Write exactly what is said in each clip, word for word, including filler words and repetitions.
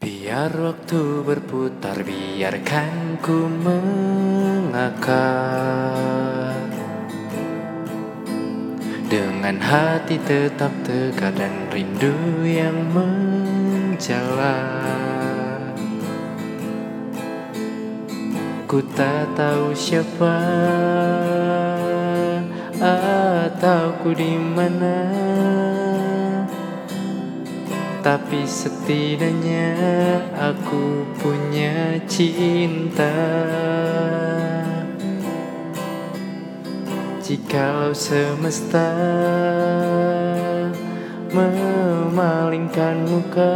Biar waktu berputar, biarkan ku mengakar dengan hati tetap tegar dan rindu yang menjalar. Ku tak tahu siapa atau ku di mana, tapi setidaknya aku punya cinta. Jikalau semesta memalingkan muka,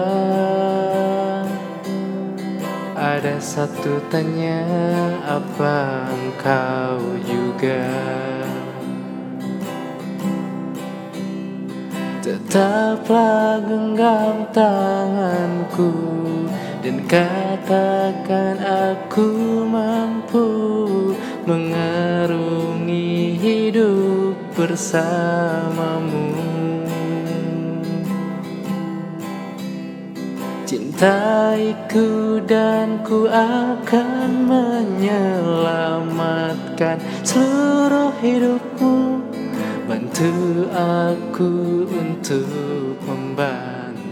ada satu tanya, apa engkau juga? Tetaplah genggam tanganku dan katakan aku mampu mengarungi hidup bersamamu. Cintaiku dan ku akan menyelamatkan seluruh hidupmu. Bantu aku untuk membantu.